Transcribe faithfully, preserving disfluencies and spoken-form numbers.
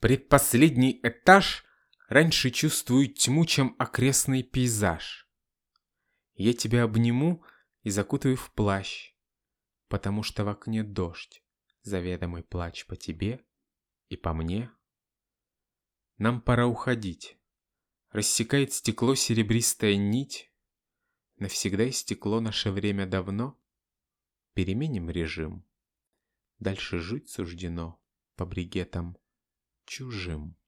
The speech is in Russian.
Предпоследний этаж раньше чувствует тьму, чем окрестный пейзаж. Я тебя обниму и закутаю в плащ, потому что в окне дождь, заведомый плач по тебе и по мне. Нам пора уходить. Рассекает стекло серебристая нить. Навсегда истекло наше время давно. Переменим режим. Дальше жить суждено по бригетам чужим.